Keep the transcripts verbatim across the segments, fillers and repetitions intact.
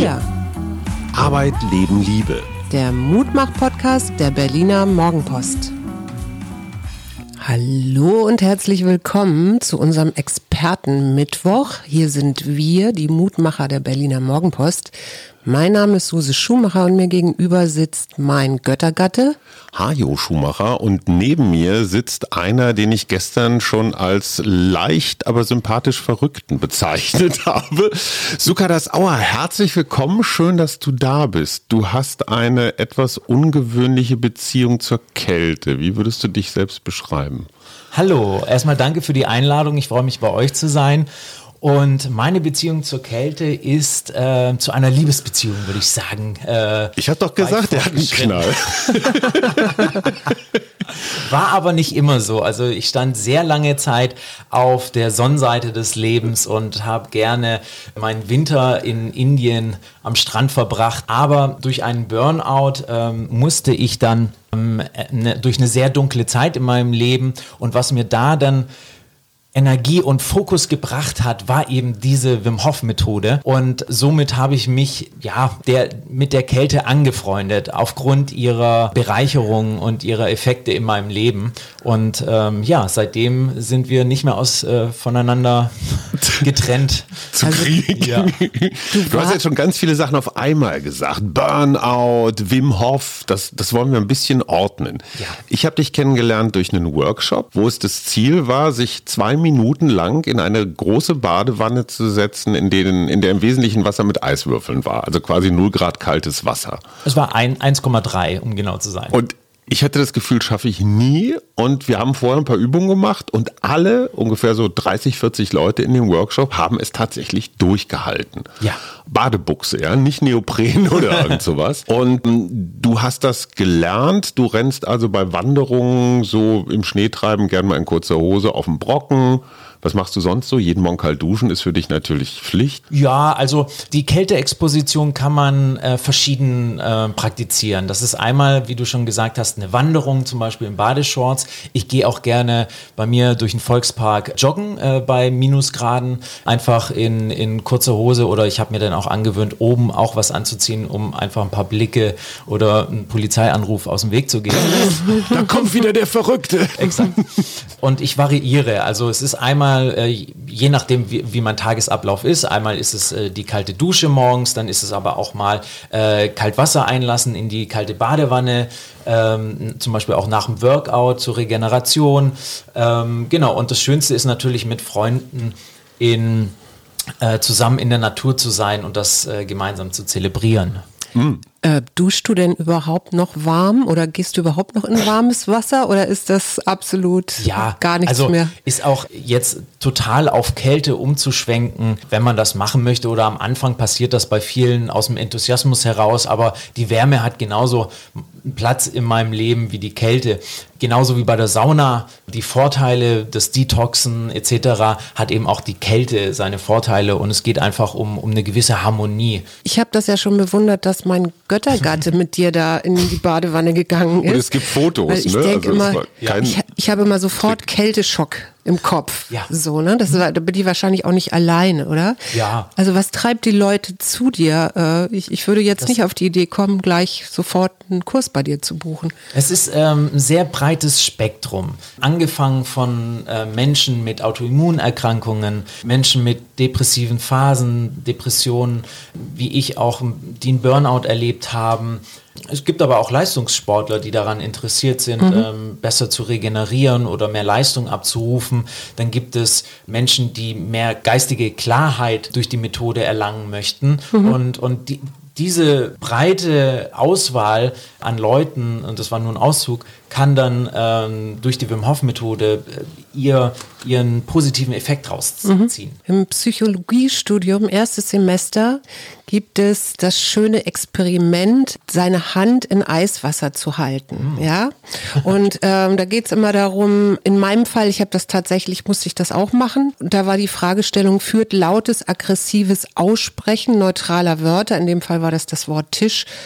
wir. Arbeit, Leben, Liebe. Der Mutmach-Podcast der Berliner Morgenpost. Hallo und herzlich willkommen zu unserem Expertenmittwoch. Hier sind wir, die Mutmacher der Berliner Morgenpost. Mein Name ist Suse Schumacher und mir gegenüber sitzt mein Göttergatte Hajo Schumacher, und neben mir sitzt einer, den ich gestern schon als leicht, aber sympathisch Verrückten bezeichnet habe. Sukadas Auer, herzlich willkommen, schön, dass du da bist. Du hast eine etwas ungewöhnliche Beziehung zur Kälte. Wie würdest du dich selbst beschreiben? Hallo, erstmal danke für die Einladung. Ich freue mich, bei euch zu sein. Und meine Beziehung zur Kälte ist äh, zu einer Liebesbeziehung, würde ich sagen. Äh, ich habe doch gesagt, der hat einen Knall. War aber nicht immer so. Also ich stand sehr lange Zeit auf der Sonnenseite des Lebens und habe gerne meinen Winter in Indien am Strand verbracht. Aber durch einen Burnout ähm, musste ich dann ähm, ne, durch eine sehr dunkle Zeit in meinem Leben. Und was mir da dann Energie und Fokus gebracht hat, war eben diese Wim Hof Methode, und somit habe ich mich ja der mit der Kälte angefreundet aufgrund ihrer Bereicherung und ihrer Effekte in meinem Leben, und ähm, ja, seitdem sind wir nicht mehr aus äh, voneinander getrennt zu kriegen. Also, ja. Du, du hast jetzt schon ganz viele Sachen auf einmal gesagt. Burnout, Wim Hof, das, das wollen wir ein bisschen ordnen. Ja. Ich habe dich kennengelernt durch einen Workshop, wo es das Ziel war, sich zwei Minuten lang in eine große Badewanne zu setzen, in denen, in der im Wesentlichen Wasser mit Eiswürfeln war. Also quasi null Grad kaltes Wasser. Es war eins Komma drei, um genau zu sein. Und ich hatte das Gefühl, schaffe ich nie. Und wir haben vorher ein paar Übungen gemacht und alle, ungefähr so dreißig, vierzig Leute in dem Workshop, haben es tatsächlich durchgehalten. Ja. Badebuchse, ja, nicht Neopren oder irgend sowas. Und m, du hast das gelernt. Du rennst also bei Wanderungen so im Schneetreiben gern mal in kurzer Hose auf dem Brocken. Was machst du sonst so? Jeden Morgen kalt duschen ist für dich natürlich Pflicht. Ja, also die Kälteexposition kann man äh, verschieden äh, praktizieren. Das ist einmal, wie du schon gesagt hast, eine Wanderung, zum Beispiel in Badeshorts. Ich gehe auch gerne bei mir durch den Volkspark joggen äh, bei Minusgraden, einfach in, in kurzer Hose, oder ich habe mir dann auch angewöhnt, oben auch was anzuziehen, um einfach ein paar Blicke oder einen Polizeianruf aus dem Weg zu gehen. Da kommt wieder der Verrückte. Exakt. Und ich variiere. Also es ist einmal, je nachdem, wie, wie mein Tagesablauf ist. Einmal ist es äh, die kalte Dusche morgens, dann ist es aber auch mal äh, Kaltwasser einlassen in die kalte Badewanne, ähm, zum Beispiel auch nach dem Workout zur Regeneration. Ähm, genau, und das Schönste ist natürlich, mit Freunden in, äh, zusammen in der Natur zu sein und das äh, gemeinsam zu zelebrieren. Hm. Äh, duschst du denn überhaupt noch warm oder gehst du überhaupt noch in warmes Wasser, oder ist das absolut ja, gar nichts also mehr? Ist auch jetzt total auf Kälte umzuschwenken, wenn man das machen möchte, oder am Anfang passiert das bei vielen aus dem Enthusiasmus heraus, aber die Wärme hat genauso Platz in meinem Leben wie die Kälte. Genauso wie bei der Sauna die Vorteile des Detoxen et cetera hat eben auch die Kälte seine Vorteile, und es geht einfach um, um eine gewisse Harmonie. Ich habe das ja schon bewundert, dass mein Göttergatte mit dir da in die Badewanne gegangen ist. Und es gibt Fotos, Weil ich ne? denke also immer, ja. ich, ich habe immer sofort Kälteschock im Kopf. Ja. So, ne? Das war, da bin ich wahrscheinlich auch nicht alleine, oder? Ja. Also was treibt die Leute zu dir? Äh, ich, ich würde jetzt das nicht auf die Idee kommen, gleich sofort einen Kurs bei dir zu buchen. Es ist ähm, ein sehr breites Spektrum. Angefangen von äh, Menschen mit Autoimmunerkrankungen, Menschen mit depressiven Phasen, Depressionen, wie ich auch, die einen Burnout erlebt haben. Es gibt aber auch Leistungssportler, die daran interessiert sind, mhm. ähm, besser zu regenerieren oder mehr Leistung abzurufen. Dann gibt es Menschen, die mehr geistige Klarheit durch die Methode erlangen möchten. Mhm. Und, und die, diese breite Auswahl an Leuten, und das war nur ein Auszug, kann dann ähm, durch die Wim Hof Methode äh, ihr, ihren positiven Effekt rausziehen. Mhm. Im Psychologiestudium, erstes Semester, gibt es das schöne Experiment, seine Hand in Eiswasser zu halten. Mhm. Ja? Und ähm, da geht es immer darum, in meinem Fall, ich habe das tatsächlich, musste ich das auch machen. Und da war die Fragestellung, führt lautes, aggressives Aussprechen neutraler Wörter, in dem Fall war das das Wort Tisch,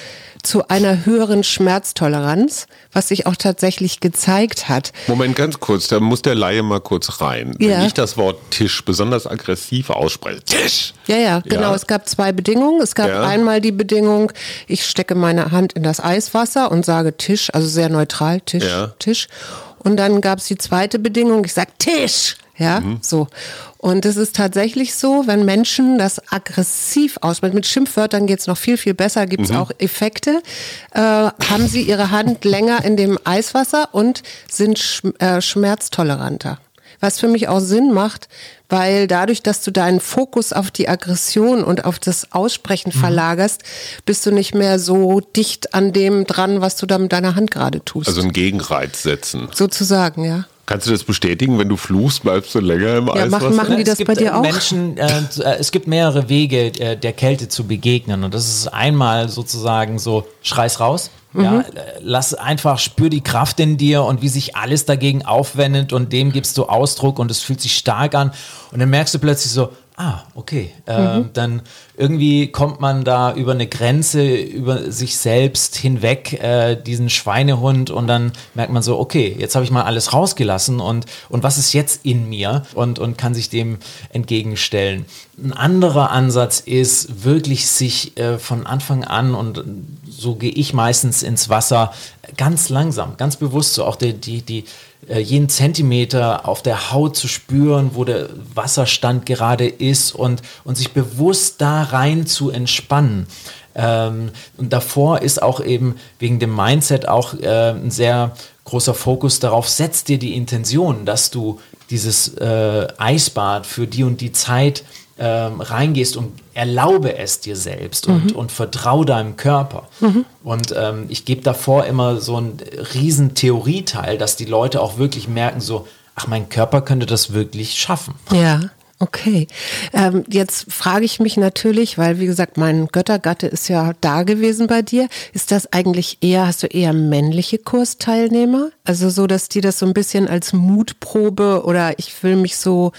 zu einer höheren Schmerztoleranz, was sich auch tatsächlich gezeigt hat. Moment, ganz kurz, da muss der Laie mal kurz rein. Ja. Wenn ich das Wort Tisch besonders aggressiv ausspreche, Tisch! Ja, ja, genau. Ja. Es gab zwei Bedingungen. Es gab Ja. einmal die Bedingung, ich stecke meine Hand in das Eiswasser und sage Tisch, also sehr neutral, Tisch, Ja. Tisch. Und dann gab es die zweite Bedingung, ich sage Tisch. Ja, mhm. so. Und es ist tatsächlich so, wenn Menschen das aggressiv aussprechen, mit Schimpfwörtern geht es noch viel, viel besser, gibt es mhm. auch Effekte, äh, haben sie ihre Hand länger in dem Eiswasser und sind sch- äh, schmerztoleranter. Was für mich auch Sinn macht, weil dadurch, dass du deinen Fokus auf die Aggression und auf das Aussprechen mhm. verlagerst, bist du nicht mehr so dicht an dem dran, was du da mit deiner Hand gerade tust. Also einen Gegenreiz setzen. Sozusagen, ja. Kannst du das bestätigen, wenn du fluchst, bleibst du länger im ja, Eiswasser? Machen, machen die das bei dir auch? Menschen, äh, es gibt mehrere Wege, äh, der Kälte zu begegnen. Und das ist einmal sozusagen so, schrei's raus. Mhm. Ja, lass einfach, spür die Kraft in dir und wie sich alles dagegen aufwendet und dem gibst du Ausdruck und es fühlt sich stark an. Und dann merkst du plötzlich so, ah, okay, äh, mhm. dann irgendwie kommt man da über eine Grenze, über sich selbst hinweg, äh, diesen Schweinehund und dann merkt man so, okay, jetzt habe ich mal alles rausgelassen und, und was ist jetzt in mir und, und kann sich dem entgegenstellen. Ein anderer Ansatz ist wirklich sich äh, von Anfang an und so gehe ich meistens ins Wasser, ganz langsam, ganz bewusst so auch die, die, die jeden Zentimeter auf der Haut zu spüren, wo der Wasserstand gerade ist und, und sich bewusst da rein zu entspannen. Ähm, und davor ist auch eben wegen dem Mindset auch äh, ein sehr großer Fokus darauf, setz dir die Intention, dass du dieses äh, Eisbad für die und die Zeit ähm, reingehst und erlaube es dir selbst und, mhm. und vertrau deinem Körper. Mhm. Und ähm, ich gebe davor immer so einen riesen Theorieteil, dass die Leute auch wirklich merken so, ach, mein Körper könnte das wirklich schaffen. Ja. Okay, ähm, jetzt frage ich mich natürlich, weil wie gesagt, mein Göttergatte ist ja da gewesen bei dir. Ist das eigentlich eher, hast du eher männliche Kursteilnehmer? Also so, dass die das so ein bisschen als Mutprobe oder ich will mich so,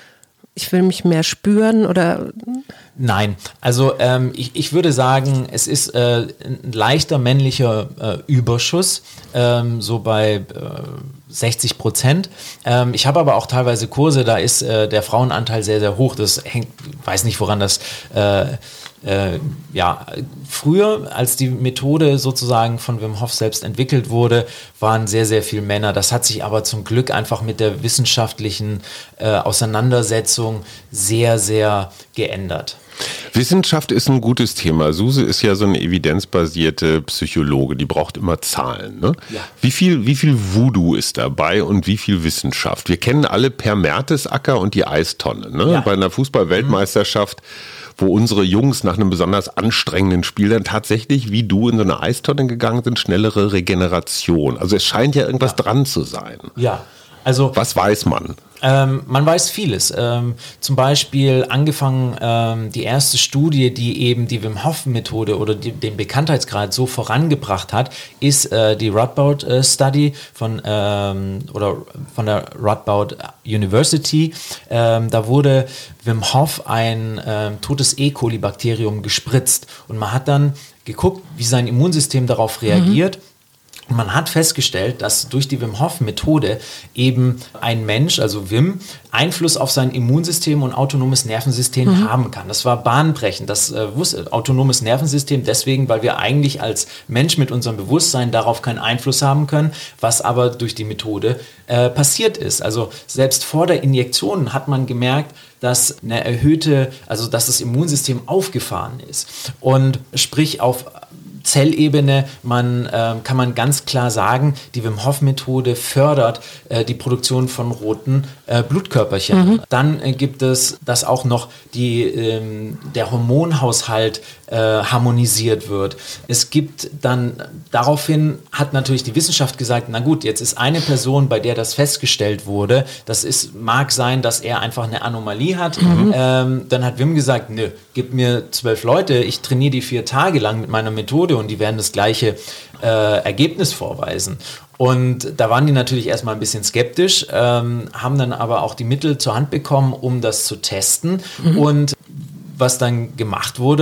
ich will mich mehr spüren oder? Nein, also ähm, ich, ich würde sagen, es ist äh, ein leichter männlicher äh, Überschuss, ähm, so bei äh, sechzig Prozent. Ähm, ich habe aber auch teilweise Kurse, da ist äh, der Frauenanteil sehr, sehr hoch. Das hängt, weiß nicht, woran das äh, äh, ja, früher, als die Methode sozusagen von Wim Hof selbst entwickelt wurde, waren sehr, sehr viele Männer. Das hat sich aber zum Glück einfach mit der wissenschaftlichen äh, Auseinandersetzung sehr, sehr geändert. Wissenschaft ist ein gutes Thema. Suse ist ja so eine evidenzbasierte Psychologe, die braucht immer Zahlen. Ne? Ja. Wie viel, wie viel Voodoo ist dabei und wie viel Wissenschaft? Wir kennen alle Per Mertesacker und die Eistonne. Ne? Ja. Bei einer Fußball-Weltmeisterschaft, wo unsere Jungs nach einem besonders anstrengenden Spiel dann tatsächlich, wie du, in so eine Eistonne gegangen sind, schnellere Regeneration. Also es scheint ja irgendwas ja. dran zu sein. Ja, also... Was weiß man? Ähm, man weiß vieles. Ähm, zum Beispiel angefangen ähm, die erste Studie, die eben die Wim Hof Methode oder die, den Bekanntheitsgrad so vorangebracht hat, ist äh, die Radboud äh, Study von ähm, oder von der Radboud University. Ähm, da wurde Wim Hof ein ähm, totes E. coli Bakterium gespritzt und man hat dann geguckt, wie sein Immunsystem darauf reagiert. Mhm. Und man hat festgestellt, dass durch die Wim Hof Methode eben ein Mensch, also Wim, Einfluss auf sein Immunsystem und autonomes Nervensystem mhm. haben kann. Das war bahnbrechend. Das äh, wusste autonomes Nervensystem deswegen, weil wir eigentlich als Mensch mit unserem Bewusstsein darauf keinen Einfluss haben können, was aber durch die Methode äh, passiert ist. Also selbst vor der Injektion hat man gemerkt, dass eine erhöhte, also dass das Immunsystem aufgefahren ist. Und sprich auf Zellebene man, äh, kann man ganz klar sagen, die Wim Hof Methode fördert äh, die Produktion von roten äh, Blutkörperchen. Mhm. Dann äh, gibt es, dass auch noch die, ähm, der Hormonhaushalt äh, harmonisiert wird. Es gibt dann, daraufhin hat natürlich die Wissenschaft gesagt, na gut, jetzt ist eine Person, bei der das festgestellt wurde, das ist, mag sein, dass er einfach eine Anomalie hat. Mhm. Ähm, dann hat Wim gesagt, nö, gib mir zwölf Leute, ich trainiere die vier Tage lang mit meiner Methode und die werden das gleiche äh, Ergebnis vorweisen. Und da waren die natürlich erstmal ein bisschen skeptisch, ähm, haben dann aber auch die Mittel zur Hand bekommen, um das zu testen. Mhm. Und was dann gemacht wurde,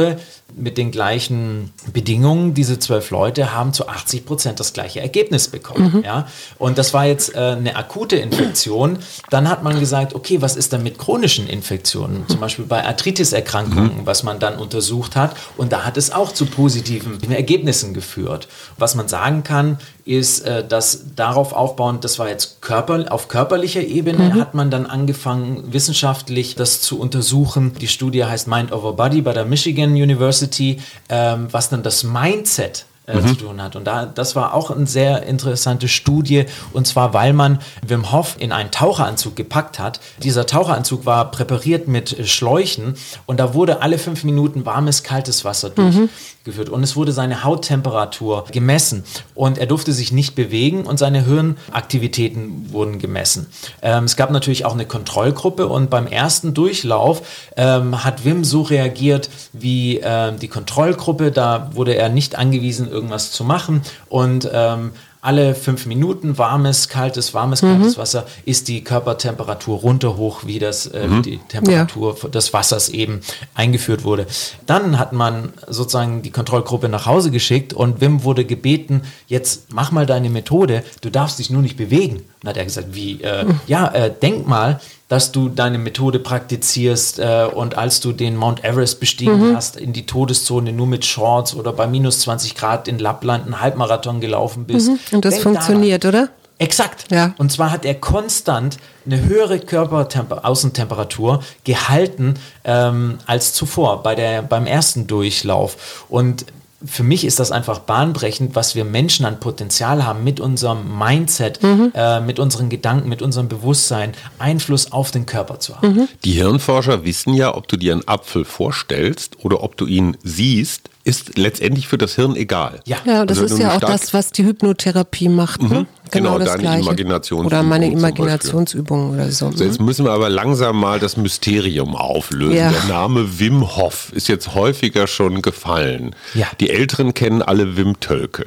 mit den gleichen Bedingungen, diese zwölf Leute haben zu achtzig Prozent das gleiche Ergebnis bekommen. Mhm. Ja? Und das war jetzt äh, eine akute Infektion. Dann hat man gesagt, okay, was ist denn mit chronischen Infektionen? Zum Beispiel bei Arthritis-Erkrankungen, mhm. was man dann untersucht hat. Und da hat es auch zu positiven Ergebnissen geführt. Was man sagen kann, ist, äh, dass darauf aufbauend, das war jetzt Körper, auf körperlicher Ebene, mhm. hat man dann angefangen, wissenschaftlich das zu untersuchen. Die Studie heißt Mind over Body bei der Michigan University, ähm, was dann das Mindset äh, mhm. zu tun hat. Und da, das war auch eine sehr interessante Studie, und zwar, weil man Wim Hof in einen Taucheranzug gepackt hat. Dieser Taucheranzug war präpariert mit Schläuchen, und da wurde alle fünf Minuten warmes, kaltes Wasser durchgeführt. Mhm. Und es wurde seine Hauttemperatur gemessen, und er durfte sich nicht bewegen, und seine Hirnaktivitäten wurden gemessen. Ähm, es gab natürlich auch eine Kontrollgruppe, und beim ersten Durchlauf ähm, hat Wim so reagiert wie ähm, die Kontrollgruppe. Da wurde er nicht angewiesen, irgendwas zu machen, und ähm, alle fünf Minuten warmes, kaltes, warmes, kaltes mhm. Wasser ist die Körpertemperatur runter hoch, wie das äh, mhm. die Temperatur ja. des Wassers eben eingeführt wurde. Dann hat man sozusagen die Kontrollgruppe nach Hause geschickt, und Wim wurde gebeten, jetzt mach mal deine Methode, du darfst dich nur nicht bewegen. Und hat er gesagt, wie, äh, mhm. ja, äh, denk mal, dass du deine Methode praktizierst äh, und als du den Mount Everest bestiegen mhm. hast, in die Todeszone nur mit Shorts oder bei minus zwanzig Grad in Lappland einen Halbmarathon gelaufen bist. Mhm. Und das Denk funktioniert, daran. oder? Exakt. Ja. Und zwar hat er konstant eine höhere Körperaußentemperatur gehalten ähm, als zuvor bei der, beim ersten Durchlauf. Und für mich ist das einfach bahnbrechend, was wir Menschen an Potenzial haben, mit unserem Mindset, mhm. äh, mit unseren Gedanken, mit unserem Bewusstsein Einfluss auf den Körper zu haben. Mhm. Die Hirnforscher wissen ja, ob du dir einen Apfel vorstellst oder ob du ihn siehst, ist letztendlich für das Hirn egal. Ja, ja das also, ist ja auch das, was die Hypnotherapie macht. Mhm. Ne? Genau, genau das deine Gleiche. Imaginationsübung. Oder meine Imaginationsübung oder so. So, jetzt müssen wir aber langsam mal das Mysterium auflösen. Ja. Der Name Wim Hof ist jetzt häufiger schon gefallen. Ja. Die Älteren kennen alle Wim Tölke.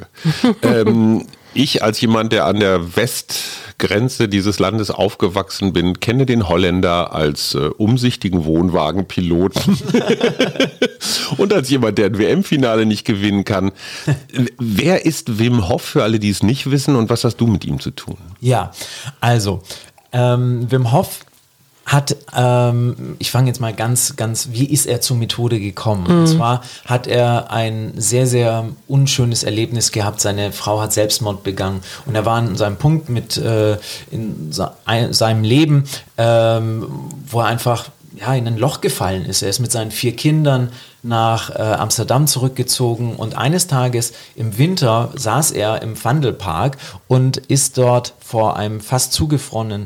ähm, ich als jemand, der an der Westgrenze dieses Landes aufgewachsen bin, kenne den Holländer als äh, umsichtigen Wohnwagenpiloten und als jemand, der ein W M-Finale nicht gewinnen kann. Wer ist Wim Hof für alle, die es nicht wissen, und was hast du mit ihm zu tun? Ja, also ähm, Wim Hof hat, ähm, ich fange jetzt mal ganz, ganz, wie ist er zur Methode gekommen? Mhm. Und zwar hat er ein sehr, sehr unschönes Erlebnis gehabt. Seine Frau hat Selbstmord begangen, und er war an seinem Punkt mit äh, in seinem Leben, ähm, wo er einfach ja, in ein Loch gefallen ist. Er ist mit seinen vier Kindern nach äh, Amsterdam zurückgezogen, und eines Tages im Winter saß er im Vandelpark und ist dort vor einem fast zugefrorenen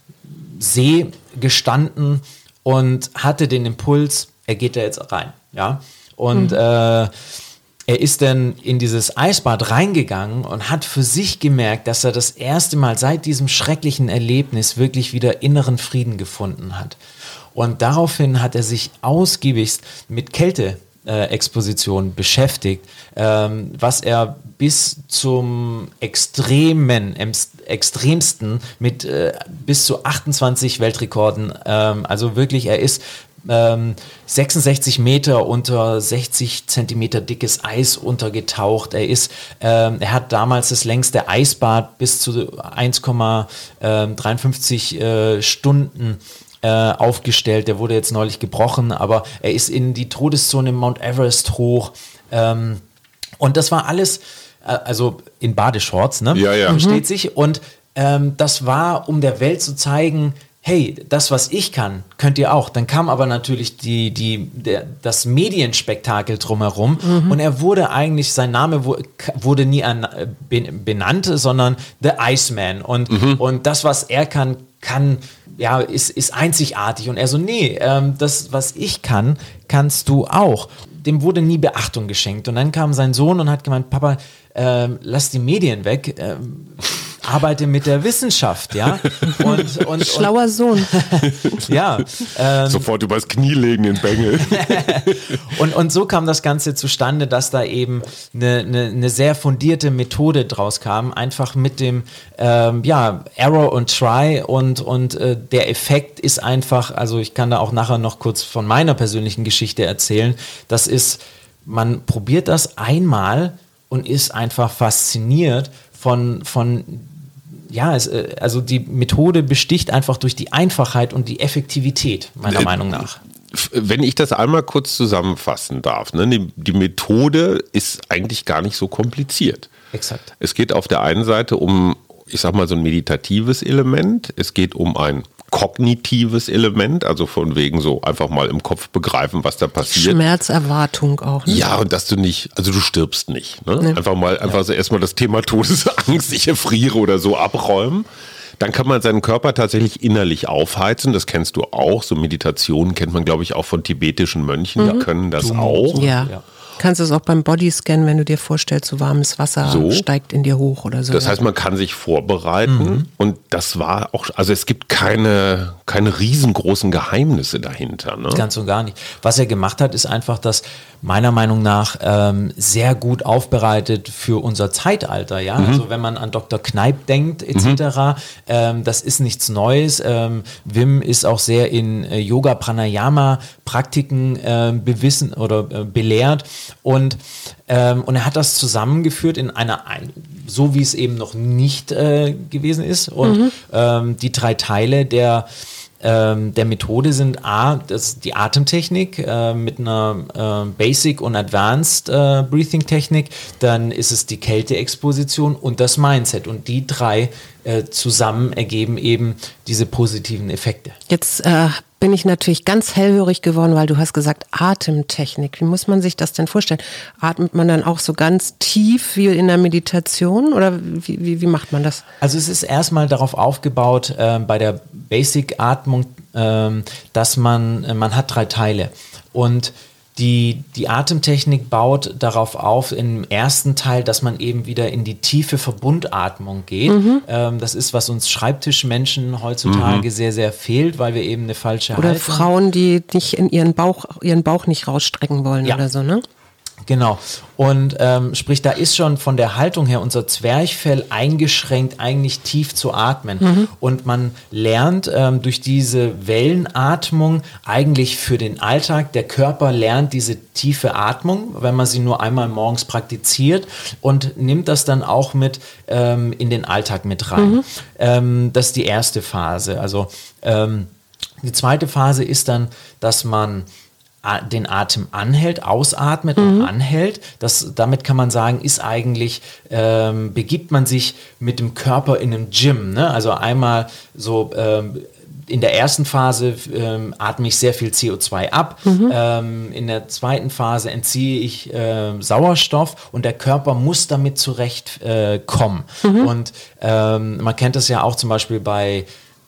See gestanden und hatte den Impuls, er geht da jetzt rein. Ja? Und mhm. äh, er ist dann in dieses Eisbad reingegangen und hat für sich gemerkt, dass er das erste Mal seit diesem schrecklichen Erlebnis wirklich wieder inneren Frieden gefunden hat. Und daraufhin hat er sich ausgiebigst mit Kälte Äh, Exposition beschäftigt, ähm, was er bis zum extremen, extremsten mit äh, bis zu achtundzwanzig Weltrekorden, ähm, also wirklich, er ist ähm, sechsundsechzig Meter unter sechzig Zentimeter dickes Eis untergetaucht. Er ist, ähm, er hat damals das längste Eisbad bis zu eins Komma dreiundfünfzig äh, Stunden aufgestellt. Der wurde jetzt neulich gebrochen, aber er ist in die Todeszone Mount Everest hoch. Ähm, und das war alles, äh, also in Badeshorts, ne? Ja, ja. Versteht mhm. sich. Und ähm, das war, um der Welt zu zeigen, hey, das, was ich kann, könnt ihr auch. Dann kam aber natürlich die, die, der, das Medienspektakel drumherum, mhm. und er wurde eigentlich, sein Name wurde nie an, benannt, sondern The Iceman. Und, mhm. und das, was er kann, kann, ja, ist, ist einzigartig. Und er so, nee, ähm, das, was ich kann, kannst du auch. Dem wurde nie Beachtung geschenkt. Und dann kam sein Sohn und hat gemeint, Papa, ähm, lass die Medien weg, ähm, arbeite mit der Wissenschaft, ja. Und, und, Schlauer und, Sohn. Ja. Ähm, Sofort übers Knie legen in Bengel. und, und so kam das Ganze zustande, dass da eben eine, eine, eine sehr fundierte Methode draus kam, einfach mit dem ähm, ja, Error und Try, und, und äh, der Effekt ist einfach, also ich kann da auch nachher noch kurz von meiner persönlichen Geschichte erzählen, das ist man probiert das einmal und ist einfach fasziniert von, von ja, es, also die Methode besticht einfach durch die Einfachheit und die Effektivität, meiner äh, Meinung nach. Wenn ich das einmal kurz zusammenfassen darf, ne, die, die Methode ist eigentlich gar nicht so kompliziert. Exakt. Es geht auf der einen Seite um, ich sag mal, so ein meditatives Element. Es geht um ein kognitives Element, also von wegen so einfach mal im Kopf begreifen, was da passiert. Schmerzerwartung auch. Ne? Ja, und dass du nicht, also du stirbst nicht. Ne? Ja. Einfach mal, einfach ja. so erstmal das Thema Todesangst, ich erfriere oder so abräumen. Dann kann man seinen Körper tatsächlich innerlich aufheizen. Das kennst du auch. So Meditationen kennt man, glaube ich, auch von tibetischen Mönchen. Mhm. Die können das du auch. Ja. ja. Kannst du es auch beim Bodyscan, wenn du dir vorstellst, so warmes Wasser so. steigt in dir hoch oder so. Das heißt, man kann sich vorbereiten mhm. und das war auch, also es gibt keine, keine riesengroßen Geheimnisse dahinter. Ne? Ganz und gar nicht. Was er gemacht hat, ist einfach das meiner Meinung nach ähm, sehr gut aufbereitet für unser Zeitalter. Ja? Mhm. Also wenn man an Doktor Kneip denkt et cetera, mhm. ähm, das ist nichts Neues. Ähm, Wim ist auch sehr in äh, Yoga-Pranayama-Praktiken äh, bewissen oder äh, belehrt. Und, ähm, und er hat das zusammengeführt in einer, ein, so wie es eben noch nicht äh, gewesen ist. Und mhm. ähm, die drei Teile der, ähm, der Methode sind A, das die Atemtechnik äh, mit einer äh, Basic und Advanced äh, Breathing Technik. Dann ist es die Kälteexposition und das Mindset. Und die drei äh, zusammen ergeben eben diese positiven Effekte. Jetzt äh bin ich natürlich ganz hellhörig geworden, weil du hast gesagt Atemtechnik. Wie muss man sich das denn vorstellen? Atmet man dann auch so ganz tief wie in der Meditation oder wie, wie, wie macht man das? Also es ist erstmal darauf aufgebaut, äh, bei der Basic-Atmung, äh, dass man, äh, man hat drei Teile und Die, die Atemtechnik baut darauf auf im ersten Teil, dass man eben wieder in die tiefe Verbundatmung geht. Mhm. Ähm, das ist, was uns Schreibtischmenschen heutzutage mhm. sehr, sehr fehlt, weil wir eben eine falsche Oder Haltung Frauen, die nicht in ihren Bauch, ihren Bauch nicht rausstrecken wollen ja. oder so, ne? Genau. Und ähm, sprich, da ist schon von der Haltung her unser Zwerchfell eingeschränkt, eigentlich tief zu atmen. Mhm. Und man lernt ähm, durch diese Wellenatmung eigentlich für den Alltag, der Körper lernt diese tiefe Atmung, wenn man sie nur einmal morgens praktiziert und nimmt das dann auch mit ähm, in den Alltag mit rein. Mhm. Ähm, das ist die erste Phase. Also ähm, die zweite Phase ist dann, dass man den Atem anhält, ausatmet mhm. und anhält. Das, damit kann man sagen, ist eigentlich, ähm, begibt man sich mit dem Körper in einem Gym. Ne? Also einmal so ähm, in der ersten Phase ähm, atme ich sehr viel C O zwei ab. Mhm. Ähm, in der zweiten Phase entziehe ich äh, Sauerstoff und der Körper muss damit zurechtkommen. Äh, mhm. Und ähm, man kennt das ja auch zum Beispiel bei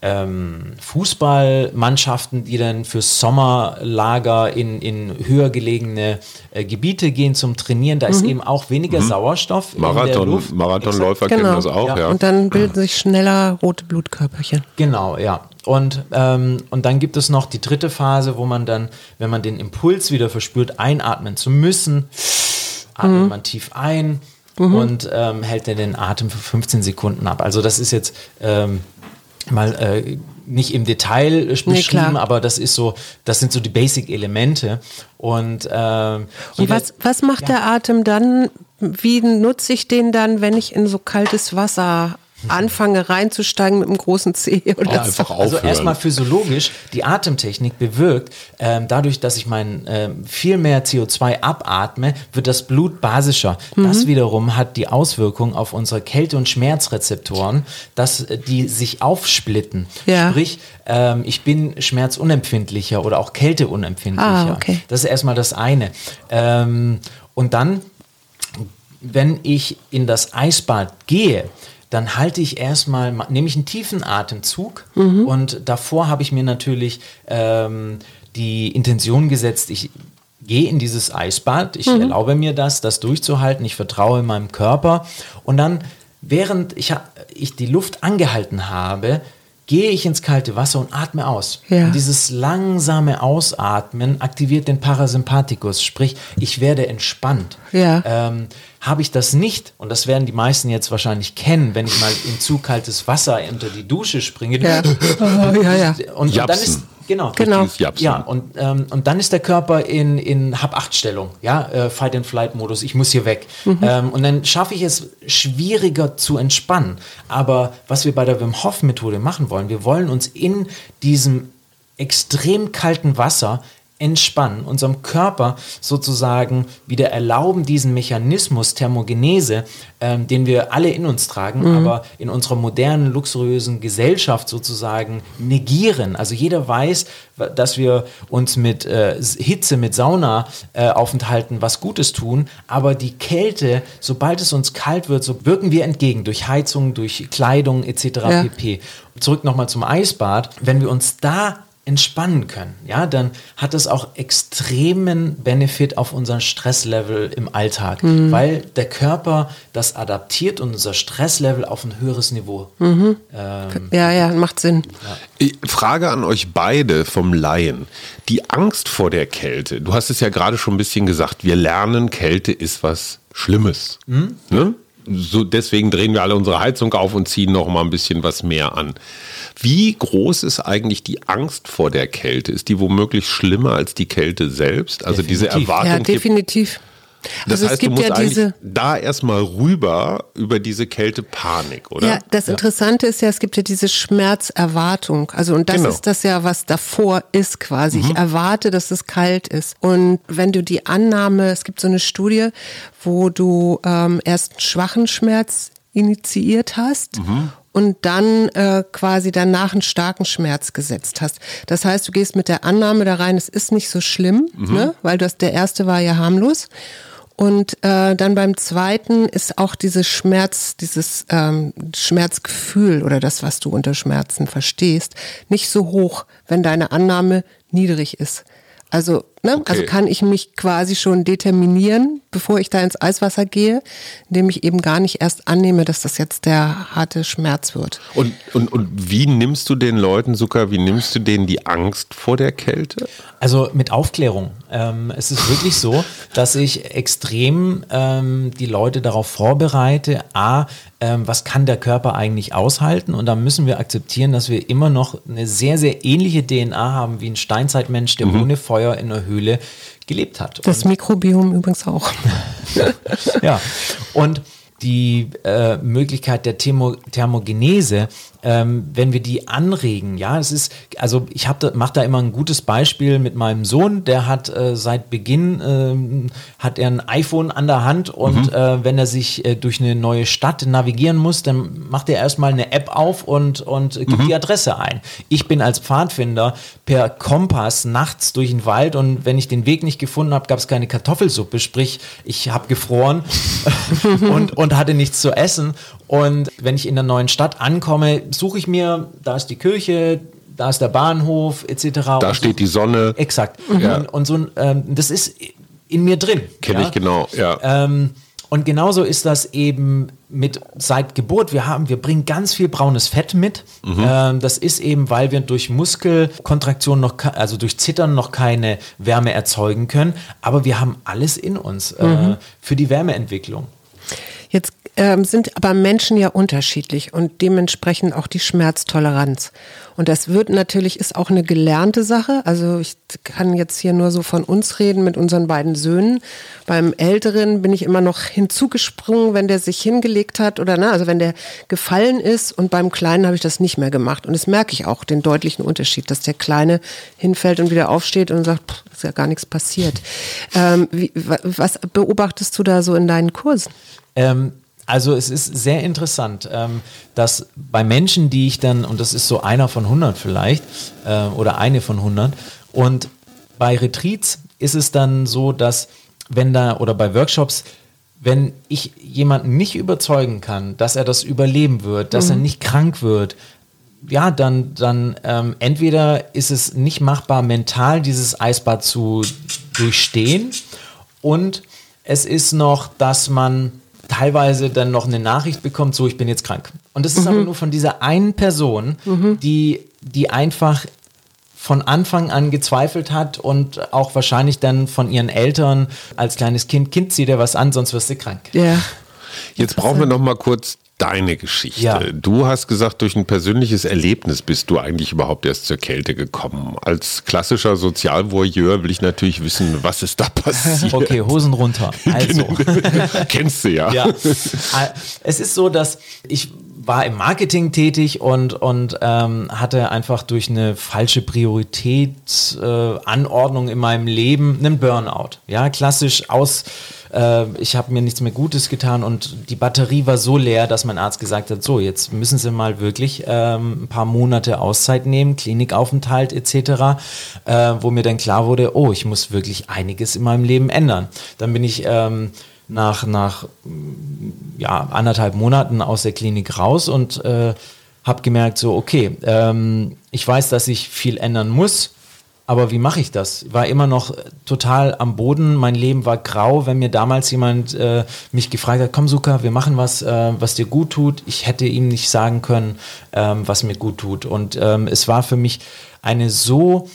Fußballmannschaften, die dann fürs Sommerlager in, in höher gelegene äh, Gebiete gehen zum Trainieren, da ist mhm. eben auch weniger mhm. Sauerstoff Marathon, in der Luft. Marathonläufer genau. kennen das auch, ja. ja. Und dann bilden sich schneller rote Blutkörperchen. Genau, ja. Und, ähm, und dann gibt es noch die dritte Phase, wo man dann, wenn man den Impuls wieder verspürt, einatmen zu müssen, atmet mhm. man tief ein mhm. und ähm, hält dann den Atem für fünfzehn Sekunden ab. Also das ist jetzt ähm, mal äh, nicht im Detail beschrieben, nee, aber das ist so, das sind so die Basic-Elemente. Und, ähm, und was, was macht ja. der Atem dann? Wie nutze ich den dann, wenn ich in so kaltes Wasser anfange reinzusteigen mit einem großen Zeh oder ja, so? Einfach also erstmal physiologisch, die Atemtechnik bewirkt, ähm, dadurch, dass ich mein ähm, viel mehr C O zwei abatme, wird das Blut basischer. Mhm. Das wiederum hat die Auswirkung auf unsere Kälte- und Schmerzrezeptoren, dass die sich aufsplitten. Ja. Sprich, ähm, ich bin schmerzunempfindlicher oder auch kälteunempfindlicher. Ah, okay. Das ist erstmal das eine. Ähm, und dann, wenn ich in das Eisbad gehe, dann halte ich erstmal, nehme ich einen tiefen Atemzug mhm. und davor habe ich mir natürlich ähm, die Intention gesetzt, ich gehe in dieses Eisbad, ich mhm. erlaube mir das, das durchzuhalten, ich vertraue meinem Körper und dann, während ich, ich die Luft angehalten habe, gehe ich ins kalte Wasser und atme aus. Ja. Und dieses langsame Ausatmen aktiviert den Parasympathikus, sprich, ich werde entspannt. Ja. Ähm, habe ich das nicht, und das werden die meisten jetzt wahrscheinlich kennen, wenn ich mal in zu kaltes Wasser unter die Dusche springe. Ja. Oh, ja, ja. Und, und dann ist Genau. genau. Ja, und, ähm, und dann ist der Körper in, in Hab-acht-Stellung, ja, äh, Fight-and-Flight-Modus, ich muss hier weg. Mhm. Ähm, und dann schaffe ich es schwieriger zu entspannen. Aber was wir bei der Wim Hof Methode machen wollen, wir wollen uns in diesem extrem kalten Wasser entspannen, unserem Körper sozusagen wieder erlauben, diesen Mechanismus Thermogenese, ähm, den wir alle in uns tragen, mhm. aber in unserer modernen, luxuriösen Gesellschaft sozusagen negieren. Also jeder weiß, dass wir uns mit äh, Hitze, mit Sauna-Aufenthalten äh, was Gutes tun, aber die Kälte, sobald es uns kalt wird, so wirken wir entgegen, durch Heizung, durch Kleidung et cetera ja. pp. Zurück nochmal zum Eisbad. Wenn wir uns da entspannen können, ja, dann hat das auch extremen Benefit auf unseren Stresslevel im Alltag, mhm. weil der Körper das adaptiert und unser Stresslevel auf ein höheres Niveau. Mhm. Ähm, ja, ja, macht Sinn. Ja. Frage an euch beide vom Laien. Die Angst vor der Kälte, du hast es ja gerade schon ein bisschen gesagt, wir lernen, Kälte ist was Schlimmes. Mhm. Ne? So, deswegen drehen wir alle unsere Heizung auf und ziehen noch mal ein bisschen was mehr an. Wie groß ist eigentlich die Angst vor der Kälte? Ist die womöglich schlimmer als die Kälte selbst? Also definitiv. Diese Erwartung. Ja, definitiv. Das also heißt, es gibt du musst ja eigentlich diese da erstmal rüber über diese Kältepanik, oder? Ja, das Interessante ist ja, es gibt ja diese Schmerzerwartung. Also und das genau. ist das ja, was davor ist quasi. Mhm. Ich erwarte, dass es kalt ist. Und wenn du die Annahme, es gibt so eine Studie, wo du ähm, erst einen schwachen Schmerz initiiert hast mhm. und dann äh, quasi danach einen starken Schmerz gesetzt hast. Das heißt, du gehst mit der Annahme da rein, es ist nicht so schlimm, mhm. ne? Weil das, der erste war ja harmlos. Und äh, dann beim zweiten ist auch dieses Schmerz, dieses ähm, Schmerzgefühl oder das, was du unter Schmerzen verstehst, nicht so hoch, wenn deine Annahme niedrig ist. Also, ne? Okay. Also kann ich mich quasi schon determinieren, bevor ich da ins Eiswasser gehe, indem ich eben gar nicht erst annehme, dass das jetzt der harte Schmerz wird. Und, und, und wie nimmst du den Leuten, Sukha, wie nimmst du denen die Angst vor der Kälte? Also mit Aufklärung. Ähm, es ist wirklich so, dass ich extrem ähm, die Leute darauf vorbereite, a, ähm, was kann der Körper eigentlich aushalten? Und da müssen wir akzeptieren, dass wir immer noch eine sehr, sehr ähnliche D N A haben wie ein Steinzeitmensch, der mhm. ohne Feuer in einer Höhle gelebt hat. Das und Mikrobiom übrigens auch. Ja, und die äh, Möglichkeit der Thermo- Thermogenese, ähm, wenn wir die anregen, ja, es ist, also ich habe da, mache da immer ein gutes Beispiel mit meinem Sohn, der hat äh, seit Beginn, ähm, hat er ein iPhone an der Hand und mhm. äh, wenn er sich äh, durch eine neue Stadt navigieren muss, dann macht er erstmal eine App auf und, und gibt mhm. die Adresse ein. Ich bin als Pfadfinder per Kompass nachts durch den Wald und wenn ich den Weg nicht gefunden habe, gab es keine Kartoffelsuppe, sprich, ich habe gefroren und, und hatte nichts zu essen. Und wenn ich in der neuen Stadt ankomme, suche ich mir, da ist die Kirche, da ist der Bahnhof et cetera. Da steht so, die Sonne. Exakt. Ja. Und, und so, ähm, das ist in mir drin. Kenne ja? ich genau, ja. Ähm, und genauso ist das eben mit seit Geburt. Wir haben, wir bringen ganz viel braunes Fett mit. Mhm. Ähm, das ist eben, weil wir durch Muskelkontraktion noch, also durch Zittern noch keine Wärme erzeugen können. Aber wir haben alles in uns äh, mhm. für die Wärmeentwicklung. Jetzt ähm, sind aber Menschen ja unterschiedlich und dementsprechend auch die Schmerztoleranz. Und das wird natürlich, ist auch eine gelernte Sache. Also ich kann jetzt hier nur so von uns reden mit unseren beiden Söhnen. Beim Älteren bin ich immer noch hinzugesprungen, wenn der sich hingelegt hat oder ne, also wenn der gefallen ist. Und beim Kleinen habe ich das nicht mehr gemacht. Und das merke ich auch, den deutlichen Unterschied, dass der Kleine hinfällt und wieder aufsteht und sagt, pff, ist ja gar nichts passiert. Ähm, wie, was beobachtest du da so in deinen Kursen? Ähm, also es ist sehr interessant, ähm, dass bei Menschen, die ich dann, und das ist so einer von hundert vielleicht, äh, oder eine von hundert, und bei Retreats ist es dann so, dass wenn da, oder bei Workshops, wenn ich jemanden nicht überzeugen kann, dass er das überleben wird, dass mhm. er nicht krank wird, ja, dann, dann ähm, entweder ist es nicht machbar, mental dieses Eisbad zu durchstehen, und es ist noch, dass man teilweise dann noch eine Nachricht bekommt, so, ich bin jetzt krank. Und das ist mhm. aber nur von dieser einen Person, mhm. die, die einfach von Anfang an gezweifelt hat und auch wahrscheinlich dann von ihren Eltern als kleines Kind, Kind zieh dir was an, sonst wirst du krank. Ja. Jetzt brauchen wir noch mal kurz deine Geschichte. Ja. Du hast gesagt, durch ein persönliches Erlebnis bist du eigentlich überhaupt erst zur Kälte gekommen. Als klassischer Sozialvoyeur will ich natürlich wissen, was ist da passiert? Okay, Hosen runter. Also. Kennst du ja. ja. Es ist so, dass ich war im Marketing tätig und, und ähm, hatte einfach durch eine falsche Prioritätsanordnung äh, in meinem Leben einen Burnout. Ja, klassisch aus, äh, ich habe mir nichts mehr Gutes getan und die Batterie war so leer, dass mein Arzt gesagt hat, so, jetzt müssen Sie mal wirklich ähm, ein paar Monate Auszeit nehmen, Klinikaufenthalt et cetera, äh, wo mir dann klar wurde, oh, ich muss wirklich einiges in meinem Leben ändern. Dann bin ich ähm, nach, nach ja, anderthalb Monaten aus der Klinik raus und äh, habe gemerkt, so okay, ähm, ich weiß, dass ich viel ändern muss, aber wie mache ich das? War immer noch total am Boden, mein Leben war grau, wenn mir damals jemand äh, mich gefragt hat, komm Suka, wir machen was, äh, was dir gut tut. Ich hätte ihm nicht sagen können, ähm, was mir gut tut. Und ähm, es war für mich eine so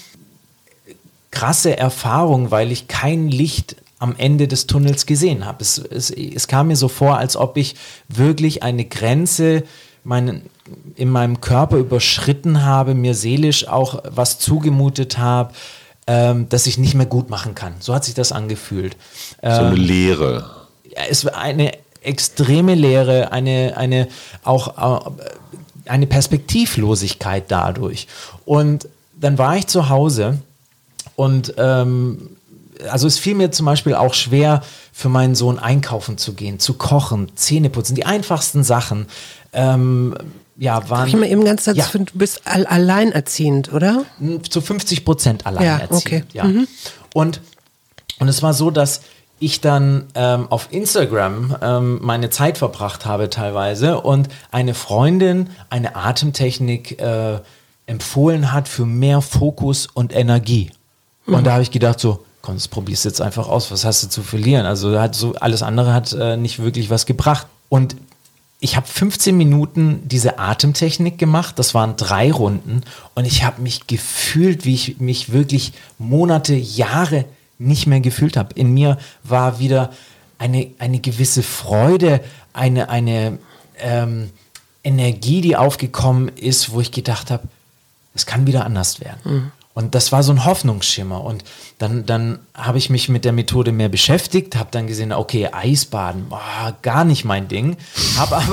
krasse Erfahrung, weil ich kein Licht am Ende des Tunnels gesehen habe. Es, es, es kam mir so vor, als ob ich wirklich eine Grenze meinen, in meinem Körper überschritten habe, mir seelisch auch was zugemutet habe, ähm, dass ich nicht mehr gut machen kann. So hat sich das angefühlt. Ähm, so eine Leere. Es war eine extreme Leere, eine, eine, auch, äh, eine Perspektivlosigkeit dadurch. Und dann war ich zu Hause und ähm, also es fiel mir zum Beispiel auch schwer, für meinen Sohn einkaufen zu gehen, zu kochen, Zähne putzen, die einfachsten Sachen. Ähm, ja, waren. Darf ich mal eben ganz kurz, ja. du bist all, alleinerziehend, oder? Zu fünfzig Prozent alleinerziehend. Ja, okay. Ja. Mhm. Und, und es war so, dass ich dann ähm, auf Instagram ähm, meine Zeit verbracht habe teilweise und eine Freundin eine Atemtechnik äh, empfohlen hat für mehr Fokus und Energie. Mhm. Und da habe ich gedacht so, komm, das probierst du jetzt einfach aus, was hast du zu verlieren? Also hat so alles andere hat äh, nicht wirklich was gebracht. Und ich habe fünfzehn Minuten diese Atemtechnik gemacht, das waren drei Runden und ich habe mich gefühlt, wie ich mich wirklich Monate, Jahre nicht mehr gefühlt habe. In mir war wieder eine, eine gewisse Freude, eine, eine ähm, Energie, die aufgekommen ist, wo ich gedacht habe, es kann wieder anders werden. Mhm. Und das war so ein Hoffnungsschimmer. Und dann, dann habe ich mich mit der Methode mehr beschäftigt, habe dann gesehen, okay, Eisbaden, boah, gar nicht mein Ding. Hab aber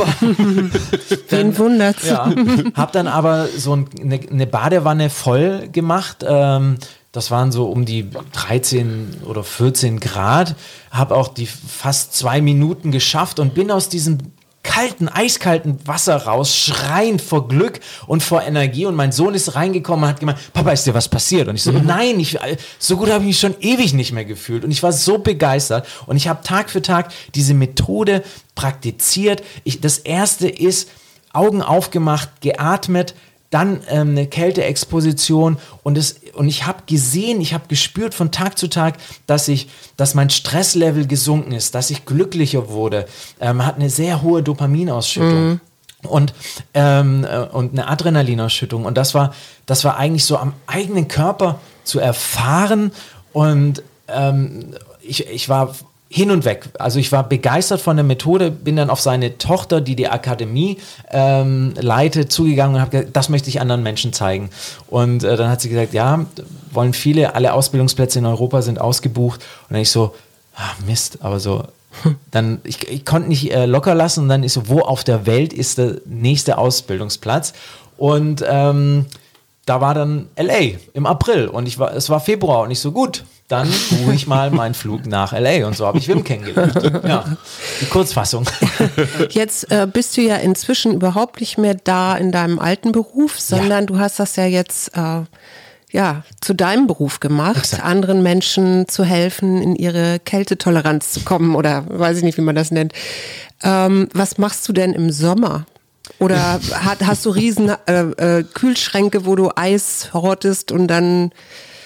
Wen wundert's? Ja, habe dann aber so ein, eine, eine Badewanne voll gemacht. Ähm, das waren so um die dreizehn oder vierzehn Grad. Habe auch die fast zwei Minuten geschafft und bin aus diesem kalten, eiskalten Wasser raus, schreiend vor Glück und vor Energie. Und mein Sohn ist reingekommen und hat gemeint, Papa, ist dir was passiert? Und ich so, mhm. nein, ich, so gut habe ich mich schon ewig nicht mehr gefühlt. Und ich war so begeistert. Und ich habe Tag für Tag diese Methode praktiziert. Ich, das erste ist, Augen aufgemacht, geatmet, dann ähm, eine Kälteexposition und, es, und ich habe gesehen, ich habe gespürt von Tag zu Tag, dass ich, dass mein Stresslevel gesunken ist, dass ich glücklicher wurde. Man ähm, hat eine sehr hohe Dopaminausschüttung. Mhm. Und, ähm, und eine Adrenalinausschüttung. Und das war, das war eigentlich so am eigenen Körper zu erfahren. Und ähm, ich, ich war hin und weg. Also ich war begeistert von der Methode, bin dann auf seine Tochter, die die Akademie ähm, leitet, zugegangen und habe gesagt, das möchte ich anderen Menschen zeigen. Und äh, dann hat sie gesagt, ja, wollen viele, alle Ausbildungsplätze in Europa sind ausgebucht. Und dann ich so, ah, Mist, aber so, dann, ich, ich konnte nicht äh, locker lassen und dann ist so, wo auf der Welt ist der nächste Ausbildungsplatz? Und ähm, da war dann L A im April und ich war, es war Februar und ich so, gut, dann buche ich mal meinen Flug nach L A und so habe ich Wim kennengelernt. Ja, die Kurzfassung. Jetzt äh, bist du ja inzwischen überhaupt nicht mehr da in deinem alten Beruf, sondern ja. du hast das ja jetzt äh, ja, zu deinem Beruf gemacht, Exakt. anderen Menschen zu helfen, in ihre Kältetoleranz zu kommen oder weiß ich nicht, wie man das nennt. Ähm, was machst du denn im Sommer? Oder hat, hast du riesen äh, äh, Kühlschränke, wo du Eis hortest und dann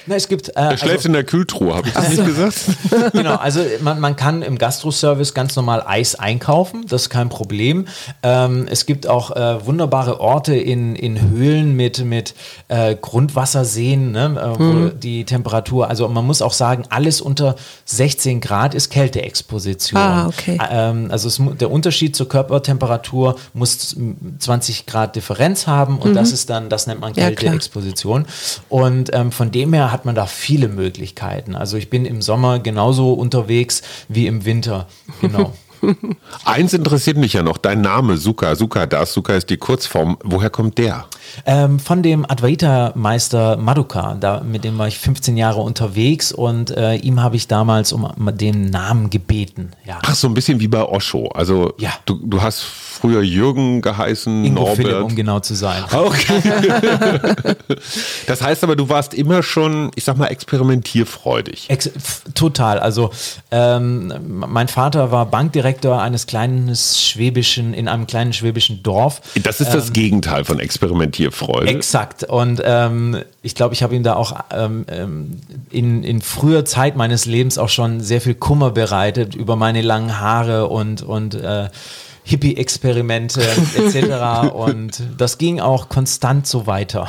Na, es gibt, äh, er schläft also, in der Kühltruhe, habe ich das nicht gesagt? Genau, also man, man kann im Gastroservice ganz normal Eis einkaufen, das ist kein Problem. Ähm, es gibt auch äh, wunderbare Orte in, in Höhlen mit, mit äh, Grundwasserseen, ne, äh, wo mhm. die Temperatur, also man muss auch sagen, alles unter sechzehn Grad ist Kälteexposition. Ah, okay. Ähm, also es, der Unterschied zur Körpertemperatur muss zwanzig Grad Differenz haben und mhm. das ist dann, das nennt man Kälteexposition. Ja, und ähm, von dem her hat man da viele Möglichkeiten. Also ich bin im Sommer genauso unterwegs wie im Winter. Genau. Eins interessiert mich ja noch, dein Name, Sukha, Sukha Das, Sukha ist die Kurzform. Woher kommt der? Ähm, von dem Advaita-Meister Madhuka, da, mit dem war ich fünfzehn Jahre unterwegs und äh, ihm habe ich damals um den Namen gebeten. Ja. Ach, so ein bisschen wie bei Osho. Also ja. du, du hast früher Jürgen geheißen, Ingo Norbert. Philipp, um genau zu sein. Okay. Das heißt aber, du warst immer schon, ich sag mal, experimentierfreudig. Ex- f- total. Also ähm, mein Vater war Bankdirektor eines kleinen schwäbischen, in einem kleinen schwäbischen Dorf. Das ist das ähm, Gegenteil von Experimentierfreude. Exakt. Und ähm, ich glaube, ich habe ihm da auch ähm, in, in früher Zeit meines Lebens auch schon sehr viel Kummer bereitet über meine langen Haare und, und äh, Hippie-Experimente et cetera. Und das ging auch konstant so weiter.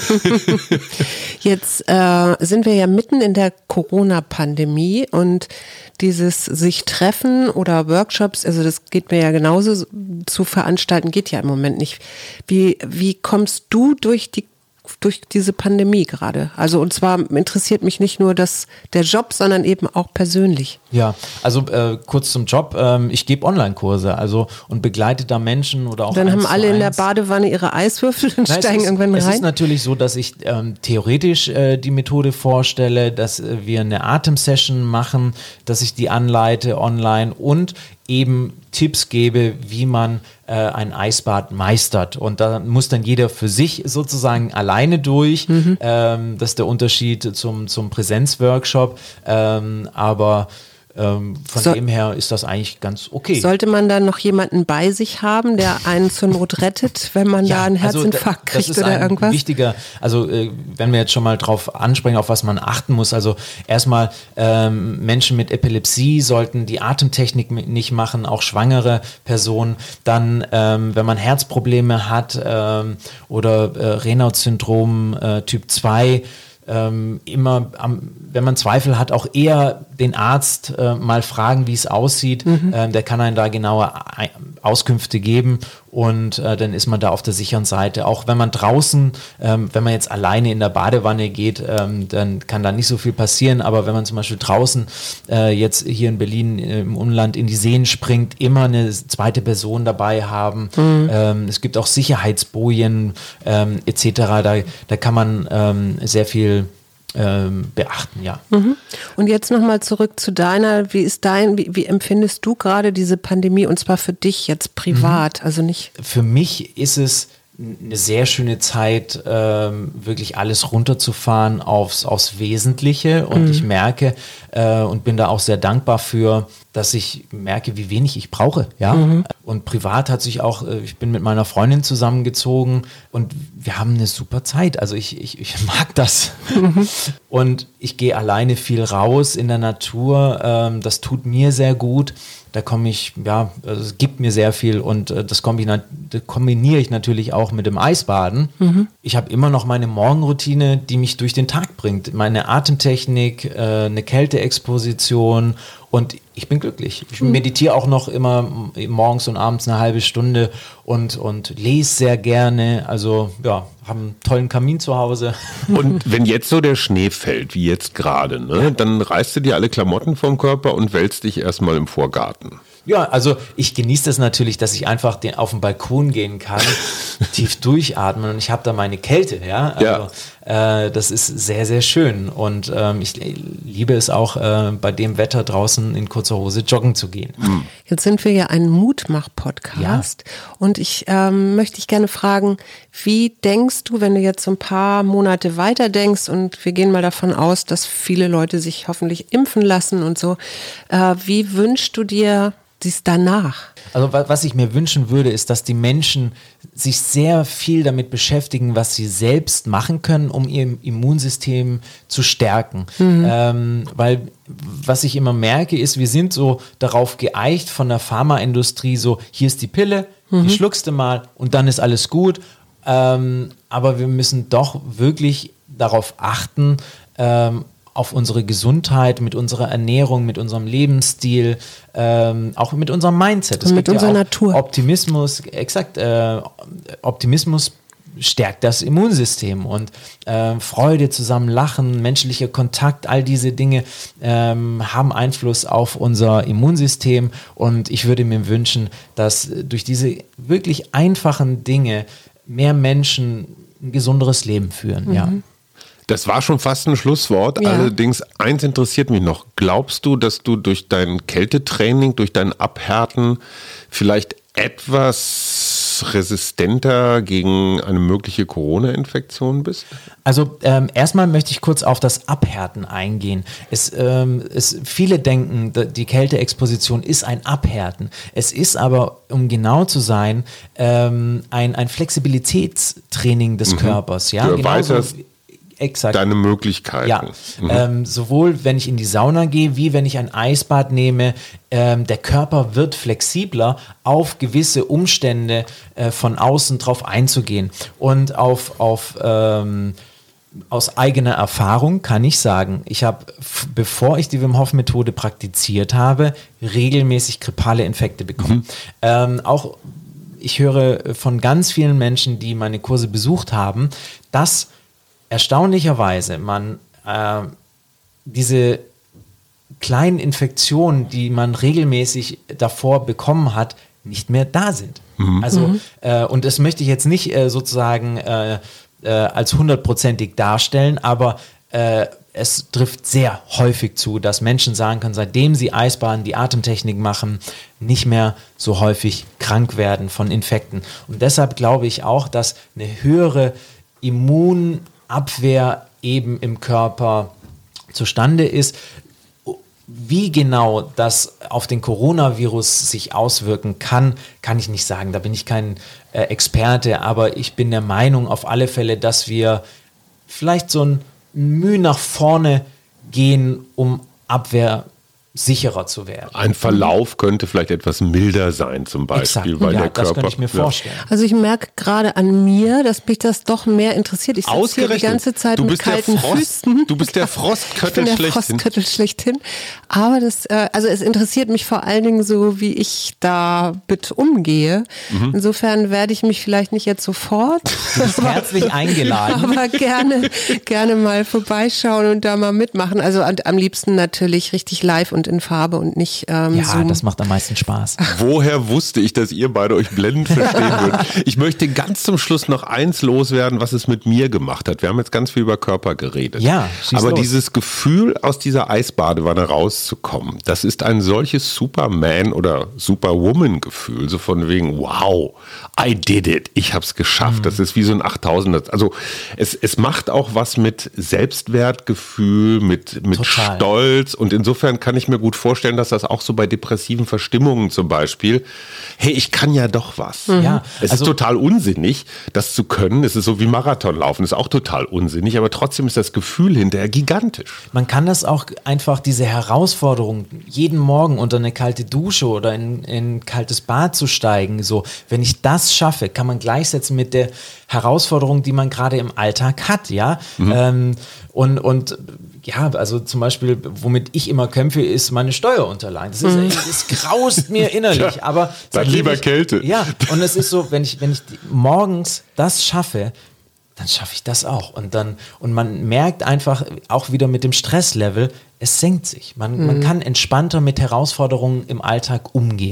Jetzt äh, sind wir ja mitten in der Corona-Pandemie und dieses sich treffen oder Workshops, also das geht mir ja genauso, zu veranstalten geht ja im Moment nicht. Wie, wie kommst du durch die durch diese Pandemie gerade? Also und zwar interessiert mich nicht nur das, der Job, sondern eben auch persönlich. Ja, also äh, kurz zum Job. Ähm, ich gebe Online-Kurse also und begleite da Menschen oder auch. Dann haben alle in der Badewanne ihre Eiswürfel und Nein, steigen ist, irgendwann rein. Es ist natürlich so, dass ich ähm, theoretisch äh, die Methode vorstelle, dass äh, wir eine Atemsession machen, dass ich die anleite online und eben Tipps gebe, wie man äh, ein Eisbad meistert. Und da muss dann jeder für sich sozusagen alleine durch. Mhm. Ähm, das ist der Unterschied zum, zum Präsenzworkshop. Ähm, aber Ähm, von so, dem her ist das eigentlich ganz okay. Sollte man dann noch jemanden bei sich haben, der einen zur Not rettet, wenn man ja, da einen Herzinfarkt also da, kriegt oder ein irgendwas? Wichtiger, also äh, wenn wir jetzt schon mal drauf ansprechen, auf was man achten muss, also erstmal ähm, Menschen mit Epilepsie sollten die Atemtechnik nicht machen, auch schwangere Personen. Dann, ähm, wenn man Herzprobleme hat ähm, oder äh, Raynaud-Syndrom äh, Typ zwei, Ähm, immer, am, wenn man Zweifel hat, auch eher den Arzt äh, mal fragen, wie es aussieht. Mhm. Ähm, der kann einen da genaue Auskünfte geben und äh, dann ist man da auf der sicheren Seite. Auch wenn man draußen, ähm, wenn man jetzt alleine in der Badewanne geht, ähm, dann kann da nicht so viel passieren. Aber wenn man zum Beispiel draußen äh, jetzt hier in Berlin äh, im Umland in die Seen springt, immer eine zweite Person dabei haben. Mhm. Ähm, es gibt auch Sicherheitsbojen ähm, et cetera. Da, da kann man ähm, sehr viel Ähm, beachten, ja. Mhm. Und jetzt nochmal zurück zu deiner, wie ist dein, wie, wie empfindest du gerade diese Pandemie und zwar für dich jetzt privat, mhm. also nicht? Für mich ist es eine sehr schöne Zeit, ähm, wirklich alles runterzufahren aufs, aufs Wesentliche und mhm. ich merke äh, und bin da auch sehr dankbar für, dass ich merke, wie wenig ich brauche, ja. Mhm. Und privat hat sich auch, ich bin mit meiner Freundin zusammengezogen und wir haben eine super Zeit. Also ich, ich, ich mag das. Mhm. Und ich gehe alleine viel raus in der Natur. Ähm, das tut mir sehr gut. Da komme ich, ja, also es gibt mir sehr viel und äh, das, kombina- das kombiniere ich natürlich auch mit dem Eisbaden. Mhm. Ich habe immer noch meine Morgenroutine, die mich durch den Tag bringt. Meine Atemtechnik, äh, eine Kälteexposition und ich bin glücklich. Ich meditiere auch noch immer morgens und abends eine halbe Stunde und, und lese sehr gerne. Also ja, habe einen tollen Kamin zu Hause. Und wenn jetzt so der Schnee fällt, wie jetzt gerade, ne, ja. dann reißt du dir alle Klamotten vom Körper und wälzt dich erstmal im Vorgarten. Ja, also ich genieße das natürlich, dass ich einfach den, auf den Balkon gehen kann, tief durchatmen und ich habe da meine Kälte, ja. Also, ja. Äh, das ist sehr, sehr schön und ähm, ich liebe es auch, äh, bei dem Wetter draußen in kurzer Hose joggen zu gehen. Jetzt sind wir ja ein Mutmach-Podcast ja. und ich ähm, möchte dich gerne fragen, wie denkst du, wenn du jetzt so ein paar Monate weiter denkst und wir gehen mal davon aus, dass viele Leute sich hoffentlich impfen lassen und so, äh, wie wünschst du dir dies danach? Also was ich mir wünschen würde, ist, dass die Menschen sich sehr viel damit beschäftigen, was sie selbst machen können, um ihr Immunsystem zu stärken. Mhm. Ähm, weil was ich immer merke, ist, wir sind so darauf geeicht von der Pharmaindustrie, so hier ist die Pille, mhm. die schluckst du mal und dann ist alles gut. Ähm, aber wir müssen doch wirklich darauf achten, ähm, auf unsere Gesundheit, mit unserer Ernährung, mit unserem Lebensstil, ähm, auch mit unserem Mindset. Und mit unserer ja Natur. Optimismus, exakt, äh, Optimismus stärkt das Immunsystem und äh, Freude, zusammen lachen, menschlicher Kontakt, all diese Dinge ähm, haben Einfluss auf unser Immunsystem und ich würde mir wünschen, dass durch diese wirklich einfachen Dinge mehr Menschen ein gesunderes Leben führen, mhm. ja. Das war schon fast ein Schlusswort. Ja. Allerdings, eins interessiert mich noch. Glaubst du, dass du durch dein Kältetraining, durch dein Abhärten vielleicht etwas resistenter gegen eine mögliche Corona-Infektion bist? Also ähm, erstmal möchte ich kurz auf das Abhärten eingehen. Es, ähm, es, viele denken, die Kälteexposition ist ein Abhärten. Es ist aber, um genau zu sein, ähm, ein, ein Flexibilitätstraining des mhm. Körpers. Ja, du genauso. Erweiterst Exakt. Deine Möglichkeiten. Ja, mhm. ähm, sowohl wenn ich in die Sauna gehe, wie wenn ich ein Eisbad nehme, ähm, der Körper wird flexibler, auf gewisse Umstände äh, von außen drauf einzugehen. Und auf, auf ähm, aus eigener Erfahrung kann ich sagen, ich habe, f- bevor ich die Wim Hof Methode praktiziert habe, regelmäßig grippale Infekte bekommen. Mhm. Ähm, auch ich höre von ganz vielen Menschen, die meine Kurse besucht haben, dass erstaunlicherweise man äh, diese kleinen Infektionen, die man regelmäßig davor bekommen hat, nicht mehr da sind. Mhm. Also, mhm. äh, und das möchte ich jetzt nicht äh, sozusagen äh, äh, als hundertprozentig darstellen, aber äh, es trifft sehr häufig zu, dass Menschen sagen können, seitdem sie Eisbaden, die Atemtechnik machen, nicht mehr so häufig krank werden von Infekten. Und deshalb glaube ich auch, dass eine höhere Immun Abwehr eben im Körper zustande ist. Wie genau das auf den Coronavirus sich auswirken kann, kann ich nicht sagen. Da bin ich kein äh, Experte, aber ich bin der Meinung auf alle Fälle, dass wir vielleicht so ein Mühe nach vorne gehen, um Abwehr sicherer zu werden. Ein Verlauf könnte vielleicht etwas milder sein, zum Beispiel, Exakt. weil ja, der Körper... das könnte ich mir vorstellen. Also ich merke gerade an mir, dass mich das doch mehr interessiert. Ich sitze hier die ganze Zeit du mit bist kalten der Frost, Füßen. Du bist der Frostköttel ich bin der schlechthin. Frostköttel schlechthin. Aber das, äh, also es interessiert mich vor allen Dingen so, wie ich damit umgehe. Mhm. Insofern werde ich mich vielleicht nicht jetzt sofort, du bist herzlich eingeladen, aber gerne, gerne mal vorbeischauen und da mal mitmachen. Also am, am liebsten natürlich richtig live und in Farbe und nicht ähm, ja, Zoom. Das macht am meisten Spaß. Woher wusste ich, dass ihr beide euch blendend verstehen würdet? Ich möchte ganz zum Schluss noch eins loswerden, was es mit mir gemacht hat. Wir haben jetzt ganz viel über Körper geredet. Ja, schieß aber los. Dieses Gefühl, aus dieser Eisbadewanne rauszukommen, das ist ein solches Superman- oder Superwoman-Gefühl. So von wegen, wow, I did it. Ich habe es geschafft. Mhm. Das ist wie so ein achttausender. Also es, es macht auch was mit Selbstwertgefühl, mit, mit Stolz. Und insofern kann ich mir gut vorstellen, dass das auch so bei depressiven Verstimmungen zum Beispiel, hey, ich kann ja doch was. Mhm. Ja, es also, ist total unsinnig, das zu können. Es ist so wie Marathonlaufen, ist auch total unsinnig, aber trotzdem ist das Gefühl hinterher gigantisch. Man kann das auch einfach, diese Herausforderung, jeden Morgen unter eine kalte Dusche oder in, in ein kaltes Bad zu steigen, so, wenn ich das schaffe, kann man gleichsetzen mit der Herausforderung, die man gerade im Alltag hat, ja. Mhm. Ähm, und, und ja, also zum Beispiel, womit ich immer kämpfe, ist meine Steuerunterlagen. Das, ist, das graust mir innerlich. Ja, aber dann lieber ich, Kälte. Ja, und es ist so, wenn ich, wenn ich morgens das schaffe, dann schaffe ich das auch. Und dann, und man merkt einfach auch wieder mit dem Stresslevel, es senkt sich. Man, mhm. man kann entspannter mit Herausforderungen im Alltag umgehen.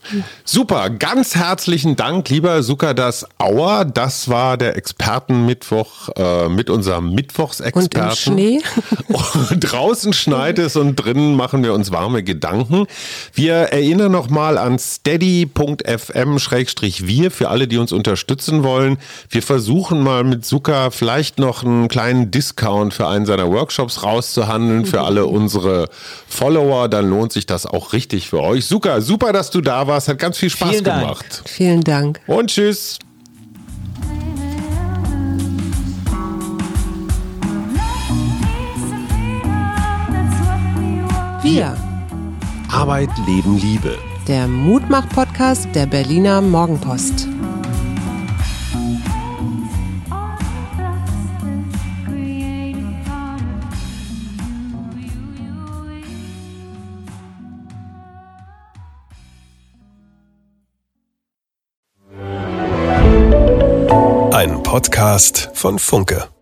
Super, ganz herzlichen Dank, lieber Sukadas Auer. Das war der Expertenmittwoch äh, mit unserem Mittwochsexperten. Und im Schnee. Und draußen schneit es und drinnen machen wir uns warme Gedanken. Wir erinnern nochmal an steady punkt f m Schrägstrich wir für alle, die uns unterstützen wollen. Wir versuchen mal mit Suka vielleicht noch einen kleinen Discount für einen seiner Workshops rauszuhandeln für alle unsere Follower. Dann lohnt sich das auch richtig für euch. Suka, super, dass du da warst. Hat ganz viel Spaß Vielen Dank. gemacht. Vielen Dank. Und tschüss. Wir. Arbeit, Leben, Liebe. Der Mutmach-Podcast der Berliner Morgenpost. Ein Podcast von Funke.